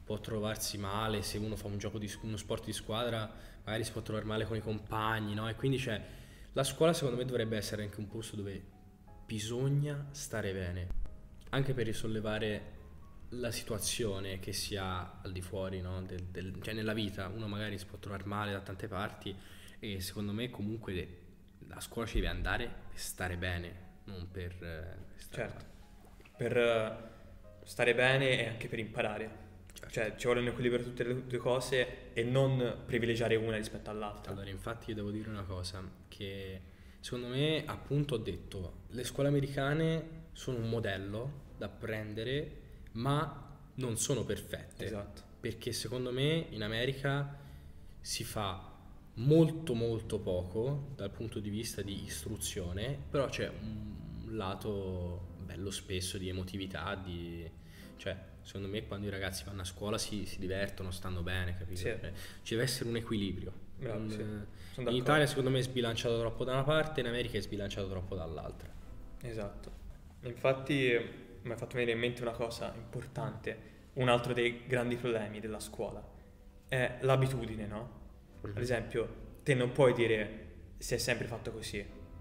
può trovarsi male se uno fa un gioco di uno sport di squadra, magari si può trovare male con i compagni, no? E quindi c'è la scuola, secondo me dovrebbe essere anche un posto dove bisogna stare bene, anche per risollevare la situazione che si ha al di fuori, no? del, del, cioè nella vita uno magari si può trovare male da tante parti, e secondo me comunque la scuola ci deve andare per stare bene, non per eh, stare
Certo, per eh, stare bene e anche per imparare.
Certo.
Cioè ci vuole un equilibrio tra tutte le due cose e non privilegiare una rispetto all'altra.
Allora, infatti io devo dire una cosa, che secondo me, appunto, ho detto, le scuole americane sono un modello da prendere, ma non sono perfette.
Esatto.
Perché secondo me in America si fa molto molto poco dal punto di vista di istruzione, però c'è un lato bello spesso di emotività, di... cioè secondo me quando i ragazzi vanno a scuola si, si divertono, stanno bene, capito?
Sì.
Cioè, ci deve essere un equilibrio.
Bravo,
Non-
sì. Sono
in
d'accordo.
Italia secondo me è sbilanciato troppo da una parte, in America è sbilanciato troppo dall'altra.
Esatto. Infatti mi ha fatto venire in mente una cosa importante, un altro dei grandi problemi della scuola è l'abitudine, no? Ad esempio, te non puoi dire si è sempre fatto così.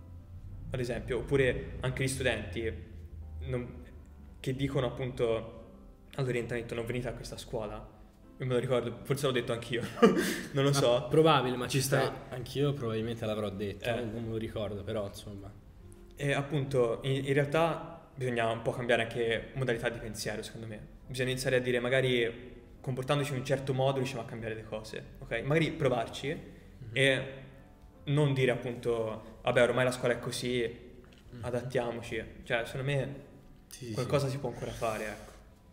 Ad esempio, oppure anche gli studenti non- che dicono appunto all'orientamento non venite a questa scuola. Io me lo ricordo, forse l'ho detto anch'io, non lo
Ma
so.
probabile, ma ci
Ci sta-
sta. Anch'io probabilmente l'avrò detto,
Eh.
non me lo ricordo, però insomma.
E appunto, in, in realtà bisogna un po' cambiare anche modalità di pensiero, secondo me. Bisogna iniziare a dire, magari comportandoci in un certo modo riusciamo a cambiare le cose, ok? Magari provarci e non dire appunto, vabbè, ormai la scuola è così, adattiamoci. Cioè, secondo me
Sì, sì,
qualcosa si può ancora fare, ecco.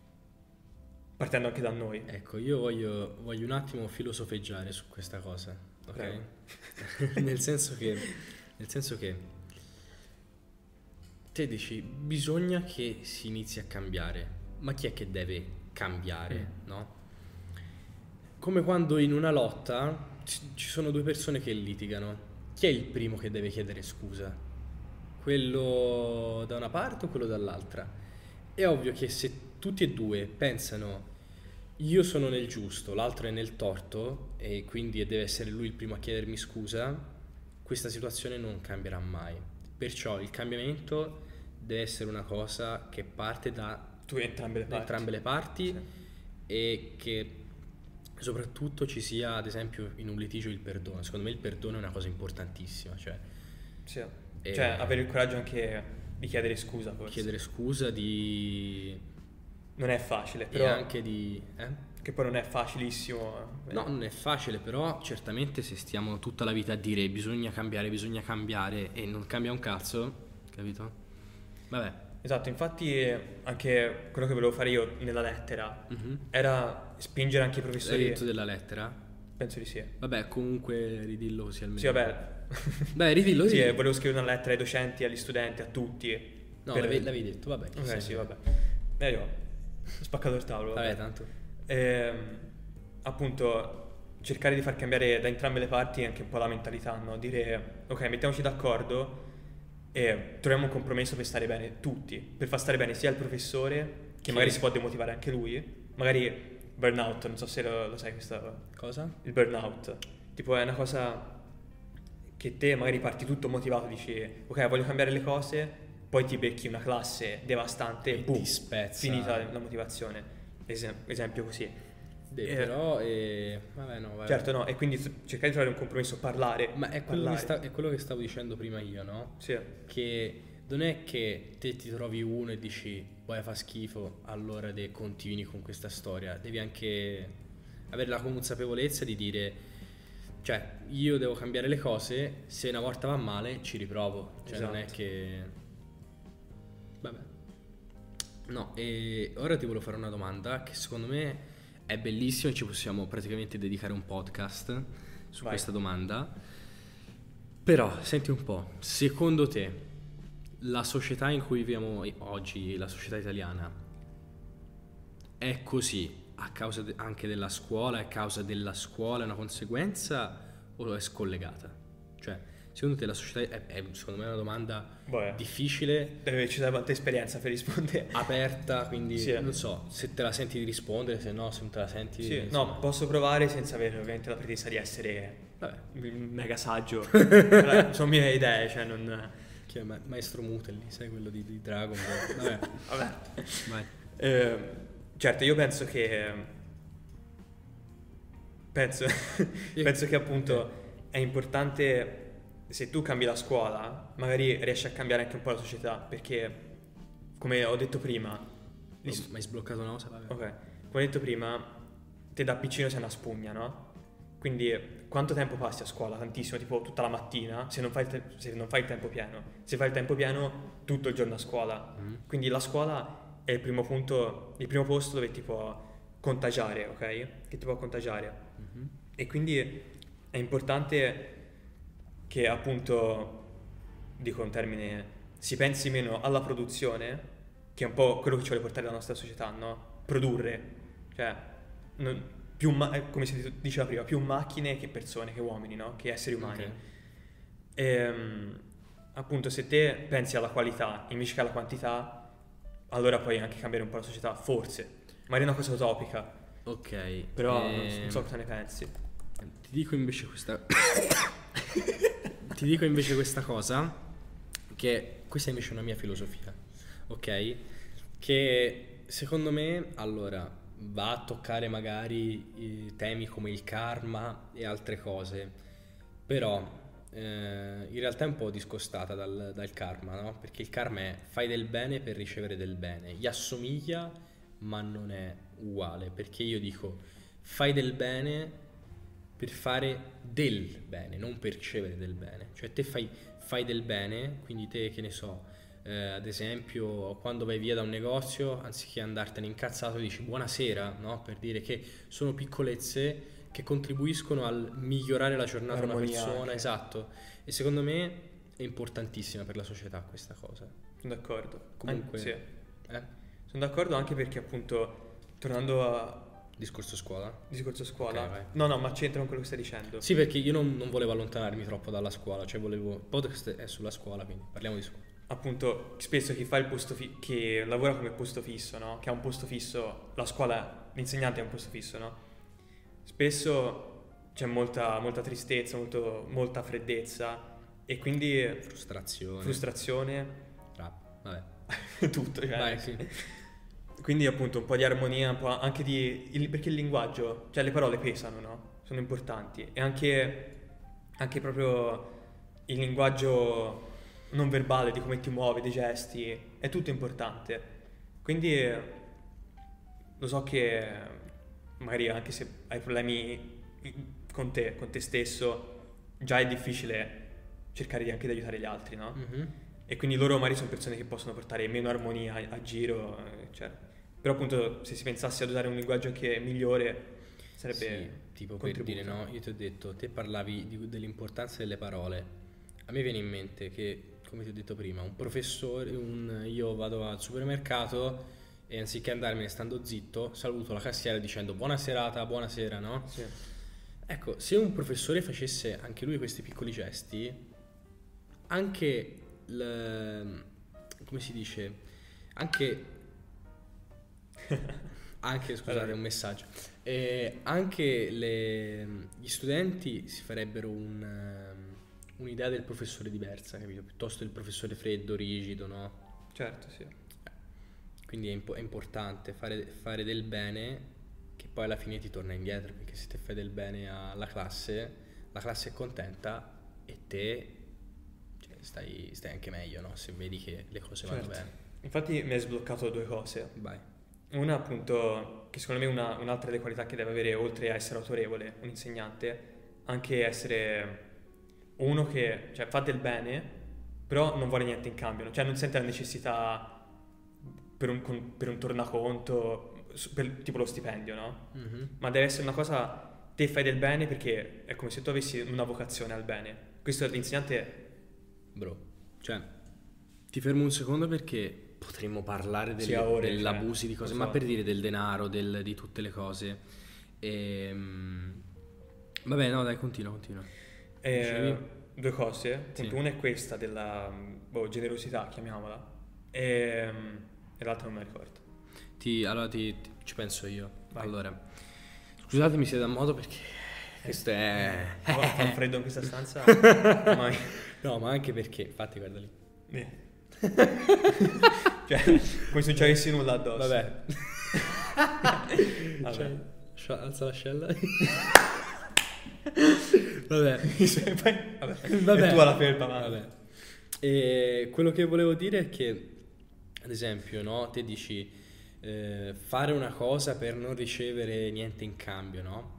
Partendo anche da noi.
sì. Ecco, io voglio, voglio un attimo filosofeggiare su questa cosa, ok?
Prego.
nel senso che, nel senso che te dici bisogna che si inizi a cambiare, ma chi è che deve cambiare, no? Come quando in una lotta ci ci sono due persone che litigano. Chi è il primo che deve chiedere scusa? Quello da una parte o quello dall'altra? È ovvio che se tutti e due pensano io sono nel giusto, l'altro è nel torto e quindi deve essere lui il primo a chiedermi scusa, questa situazione non cambierà mai. Perciò il cambiamento deve essere una cosa che parte da
Tu entrambe le
da
parti.
entrambe le parti
Sì.
e che soprattutto ci sia, ad esempio, in un litigio il perdono. Secondo me il perdono è una cosa importantissima, cioè
Sì.
E-
Cioè, avere il coraggio anche di chiedere scusa, forse.
chiedere scusa di...
Non è facile,
e
però
anche di... eh?
che poi non è facilissimo. eh.
No, non è facile, però certamente se stiamo tutta la vita a dire bisogna cambiare, bisogna cambiare e non cambia un cazzo, capito? Vabbè.
Esatto, infatti eh, anche quello che volevo fare io nella lettera
Mhm.
era spingere anche i
Hai
professori.
detto della lettera?
Penso di sì.
Vabbè, comunque ridillo così almeno.
Sì, vabbè.
Beh, ridillo,
Sì,
ridillo.
eh, volevo scrivere una lettera ai docenti, agli studenti, a tutti.
No,
per-
l'avevi, l'avevi detto, vabbè. chi
Ok,
se ne
sì,
frega.
vabbè. E io ho spaccato il tavolo.
Vabbè, tanto.
Ehm, appunto, cercare di far cambiare da entrambe le parti anche un po' la mentalità, no? Dire, ok, mettiamoci d'accordo e troviamo un compromesso per stare bene tutti, per far stare bene sia il professore, che
Sì.
magari si può demotivare anche lui, magari burnout, non so se lo, lo sai questa,
Cosa?
il burnout, tipo è una cosa che te magari parti tutto motivato, dici, ok, voglio cambiare le cose, poi ti becchi una classe devastante e
E
boom,
ti spezza.
finita la motivazione, Esem- esempio così.
De-
Eh,
però, eh, vabbè, no, vabbè.
Certo, no, e quindi s- cercare di trovare un compromesso, parlare.
Ma è quello, che
parlare.
sta- è quello che stavo dicendo prima io, no?
Sì,
Che non è che te ti trovi uno e dici poi fa schifo, allora de- continui con questa storia. Devi anche avere la consapevolezza di dire, cioè, io devo cambiare le cose, se una volta va male ci riprovo. Cioè, non è
Esatto.
che... Vabbè. No, e ora ti volevo fare una domanda che secondo me è bellissima e ci possiamo praticamente dedicare un podcast su
Vai.
questa domanda. Però, senti un po', secondo te la società in cui viviamo i- oggi, la società italiana, è così a causa de- anche della scuola, è a causa della scuola, è una conseguenza o è scollegata? Cioè, secondo te la società è, è secondo me una domanda
Boh,
difficile,
deve ci dare tanta esperienza per rispondere.
aperta, quindi
Sì.
non so se te la senti di rispondere, se no, se non te la senti...
Sì,
insomma.
no, posso provare senza avere ovviamente la pretesa di essere
Vabbè,
un mega saggio. Allora, sono mie idee, cioè non...
chi è Ma- Maestro Mutelli, sai quello di, di Dragon Ball? Vabbè,
Vabbè.
vai.
Eh, certo, io penso che... Penso, penso che appunto è importante, se tu cambi la scuola, magari riesci a cambiare anche un po' la società, perché, come ho detto prima... gli stu-
Mi hai sbloccato una cosa? Vabbè.
Ok, come ho detto prima, te da piccino sei una spugna, no? Quindi quanto tempo passi a scuola? Tantissimo, tipo tutta la mattina, se non fai il, te- se non fai il tempo pieno. Se fai il tempo pieno, tutto il giorno a scuola.
Mm.
Quindi la scuola è il primo punto, il primo posto dove ti può contagiare, ok? Che ti può contagiare.
Mhm.
E quindi è importante che appunto, dico un termine, si pensi meno alla produzione, che è un po' quello che ci vuole portare la nostra società, no? Produrre, cioè non- più ma- eh, come si diceva prima, più macchine che persone, che uomini, no? Che esseri umani.
Ok.
Ehm, appunto, se te pensi alla qualità invece che alla quantità, allora puoi anche cambiare un po' la società, forse. Magari è una cosa utopica,
Ok,
però non,
ehm,
non so cosa ne pensi.
ti dico invece questa ti dico invece questa cosa, che questa invece è una mia filosofia, ok? Che secondo me, allora, va a toccare magari i temi come il karma e altre cose, però eh, in realtà è un po' discostata dal, dal karma, no? Perché il karma è fai del bene per ricevere del bene, gli assomiglia ma non è uguale, perché io dico fai del bene per fare del bene, non per ricevere del bene. Cioè te fai, fai del bene, quindi te che ne so, eh, ad esempio quando vai via da un negozio, anziché andartene incazzato dici buonasera, no? Per dire che sono piccolezze che contribuiscono al migliorare la giornata di una
L'armonia
persona,
anche.
esatto. E secondo me è importantissima per la società questa cosa.
Sono d'accordo.
Comunque,
An- sì.
eh?
Sono d'accordo anche perché appunto, tornando a
Discorso scuola?
discorso scuola,
Ok, vai.
no no, ma c'entra con quello che stai dicendo.
Sì, perché io non, non volevo allontanarmi troppo dalla scuola, cioè volevo... Il podcast è sulla scuola, quindi parliamo di scuola.
Appunto, spesso chi fa il posto fi- che lavora come posto fisso, no? Che ha un posto fisso, la scuola, l'insegnante ha un posto fisso, no? Spesso c'è molta, molta tristezza, molto- molta freddezza e quindi
Frustrazione.
frustrazione,
Rap, vabbè.
tutto, cioè.
Vai, sì.
Quindi appunto un po' di armonia, un po' anche di... il- perché il linguaggio, cioè le parole pesano, no? Sono importanti. E anche, anche proprio il linguaggio non verbale di come ti muovi, dei gesti, è tutto importante. Quindi eh, lo so che magari anche se hai problemi con te, con te stesso, già è difficile cercare di anche di aiutare gli altri, no?
Mhm.
E quindi loro magari sono persone che possono portare meno armonia a, a giro, eh, cioè. Però appunto se si pensasse ad usare un linguaggio anche migliore sarebbe
Sì, tipo per
contributo.
dire no, io ti ho detto, te parlavi di- dell'importanza delle parole. A me viene in mente che, come ti ho detto prima, un professore, un- io vado al supermercato e anziché andarmene stando zitto, saluto la cassiera dicendo buona serata, buonasera, no?
Sì.
Ecco, se un professore facesse anche lui questi piccoli gesti, anche il, come si dice, anche, anche scusate,
Allora.
un messaggio, Eh, anche le- gli studenti si farebbero un, ehm, un'idea del professore diversa, capito? Piuttosto il professore freddo, rigido, no?
Certo, sì.
Quindi è, impo- è importante fare, fare del bene che poi alla fine ti torna indietro, perché se te fai del bene alla classe, la classe è contenta e te cioè, stai, stai anche meglio, no? Se vedi che le cose vanno
Certo.
bene.
Infatti mi hai sbloccato due cose.
Vai.
Una appunto, che secondo me è una, un'altra delle qualità che deve avere, oltre a essere autorevole, un insegnante, anche essere uno che cioè, fa del bene, però non vuole niente in cambio, no? Cioè non sente la necessità per un, con- per un tornaconto, su- per tipo lo stipendio, no?
Mhm.
Ma deve essere una cosa, te fai del bene perché è come se tu avessi una vocazione al bene. Questo l'insegnante,
Bro, cioè, ti fermo un secondo perché potremmo parlare
Sì,
delle-
a ore,
dell'abusi
cioè,
di cose,
lo
ma
so.
per dire del denaro, del- di tutte le cose. Ehm, Vabbè, no, dai, continua, continua.
Eh, due cose,
Sì.
appunto, una è questa della boh, generosità, chiamiamola, e, e l'altra non me la ricordo.
Ti, allora ti, ti- ci penso io.
Vai.
Allora, scusatemi se da modo perché questo è...
Fa fa freddo in questa stanza? Ormai.
No, ma anche perché, infatti guarda lì.
Eh. Cioè, come se non ci avessi nulla addosso.
Vabbè.
Vabbè.
Cioè, scia- alza l'ascella. Vabbè.
Poi- vabbè.
Vabbè.
E tu alla felpa, ma...
Vabbè. E quello che volevo dire è che, ad esempio, no, te dici eh, fare una cosa per non ricevere niente in cambio, no?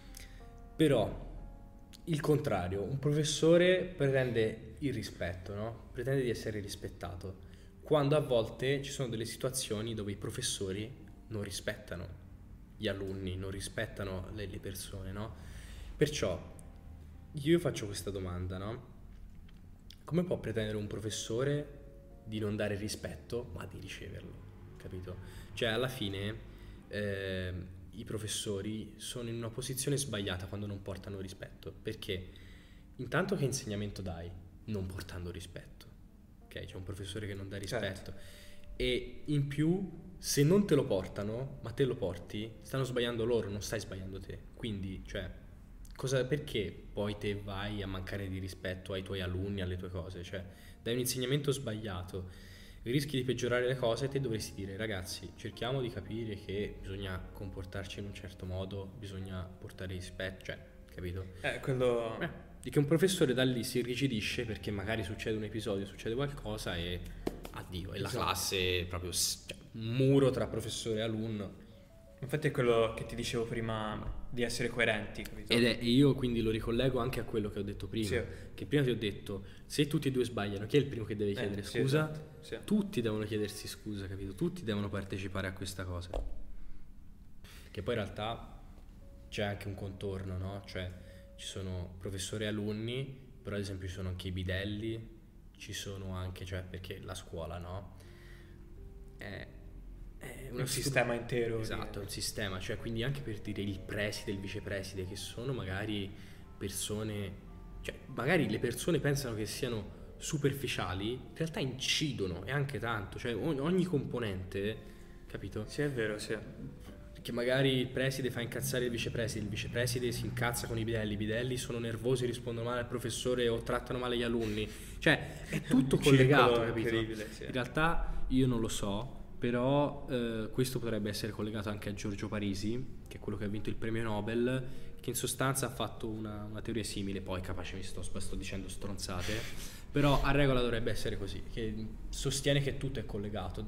Però il contrario, un professore pretende il rispetto, no? Pretende di essere rispettato, quando a volte ci sono delle situazioni dove i professori non rispettano gli alunni, non rispettano le, le persone, no? Perciò io faccio questa domanda, no? Come può pretendere un professore di non dare rispetto, ma di riceverlo? Capito? Cioè, alla fine eh, i professori sono in una posizione sbagliata quando non portano rispetto, perché intanto che insegnamento dai non portando rispetto? Ok, c'è un professore che non dà rispetto. E in più, se non te lo portano, ma te lo porti, stanno sbagliando loro, non stai sbagliando te. Quindi, cioè, cosa, perché poi te vai a mancare di rispetto ai tuoi alunni, alle tue cose? Cioè, dai un insegnamento sbagliato, rischi di peggiorare le cose, e te dovresti dire, ragazzi, cerchiamo di capire che bisogna comportarci in un certo modo, bisogna portare rispetto, cioè, capito?
Eh, quello...
Eh, di che un professore da lì si irrigidisce perché magari succede un episodio, succede qualcosa e addio, e la
Esatto.
classe è proprio s- cioè, un muro tra professore e alunno.
Infatti è quello che ti dicevo prima, di essere coerenti, capito?
Ed è, e io quindi lo ricollego anche a quello che ho detto prima,
Sì.
che prima ti ho detto, se tutti e due sbagliano, chi è il primo che deve chiedere
Eh, sì,
scusa?
esatto, sì.
Tutti devono chiedersi scusa, capito? Tutti devono partecipare a questa cosa. Che poi in realtà c'è anche un contorno, no? Cioè ci sono professori e alunni, però ad esempio ci sono anche i bidelli, ci sono anche, cioè perché la scuola, no? È, è
Un sistema intero.
Esatto, è un sistema, cioè quindi anche per dire il preside, il vicepreside, che sono magari persone, cioè magari le persone pensano che siano superficiali, in realtà incidono e anche tanto, cioè ogni, ogni componente, capito?
Sì, è vero, sì.
Che magari il preside fa incazzare il vicepreside, il vicepreside si incazza con i bidelli, i bidelli sono nervosi, rispondono male al professore o trattano male gli alunni, cioè è tutto
Un
collegato,
circolo
capito?
incredibile, sì.
In realtà io non lo so, però eh, questo potrebbe essere collegato anche a Giorgio Parisi, che è quello che ha vinto il premio Nobel, che in sostanza ha fatto una, una teoria simile, poi capace mi sto, sto dicendo stronzate, però a regola dovrebbe essere così, che sostiene che tutto è collegato,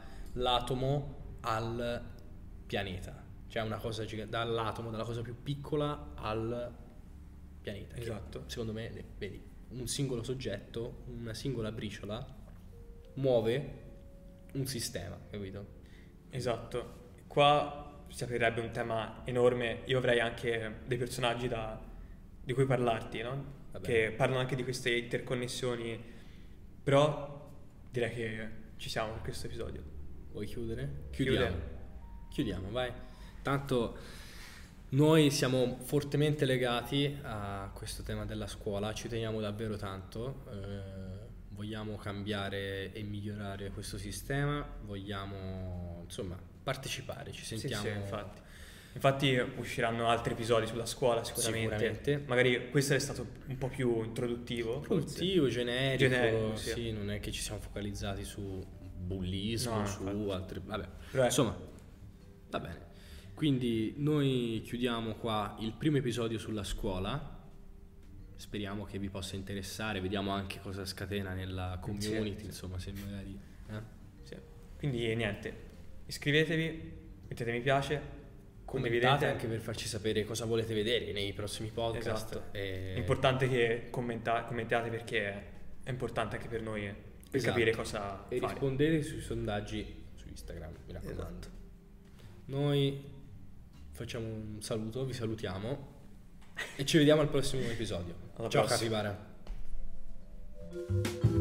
dall'atomo al pianeta, cioè una cosa gigante, dall'atomo, dalla cosa più piccola al pianeta. che
Esatto.
secondo me, vedi, un singolo soggetto, una singola briciola muove un sistema, capito?
Esatto. Qua si aprirebbe un tema enorme. Io avrei anche dei personaggi da, di cui parlarti, no?
Vabbè.
Che parlano anche di queste interconnessioni. Però direi che ci siamo per questo episodio.
Vuoi chiudere?
Chiude.
Chiudiamo. Chiudiamo, vai. Tanto noi siamo fortemente legati a questo tema della scuola, ci teniamo davvero tanto, eh, vogliamo cambiare e migliorare questo sistema, vogliamo insomma partecipare, ci sentiamo.
Sì, sì, infatti. Infatti usciranno altri episodi sulla scuola sicuramente.
Sicuramente.
Magari questo è stato un po' più introduttivo.
Produttivo, generico,
Generico,
sì.
sì.
Non è che ci siamo focalizzati su bullismo,
No,
su
infatti.
altre... Vabbè,
Però ecco,
insomma, va bene. Quindi noi chiudiamo qua il primo episodio sulla scuola. Speriamo che vi possa interessare, vediamo anche cosa scatena nella community,
Sì, sì.
insomma, se magari... eh?
sì. Quindi niente, iscrivetevi, mettete mi piace,
Commentate
condividete.
anche per farci sapere cosa volete vedere nei prossimi podcast.
Esatto.
E-
È importante che commenta- commentate perché è importante anche per noi per
Esatto.
capire cosa
E
fare.
rispondete sui sondaggi su Instagram, mi raccomando.
Esatto.
Noi facciamo un saluto, vi salutiamo e ci vediamo al prossimo episodio.
Alla
Ciao
prossima.
capibara.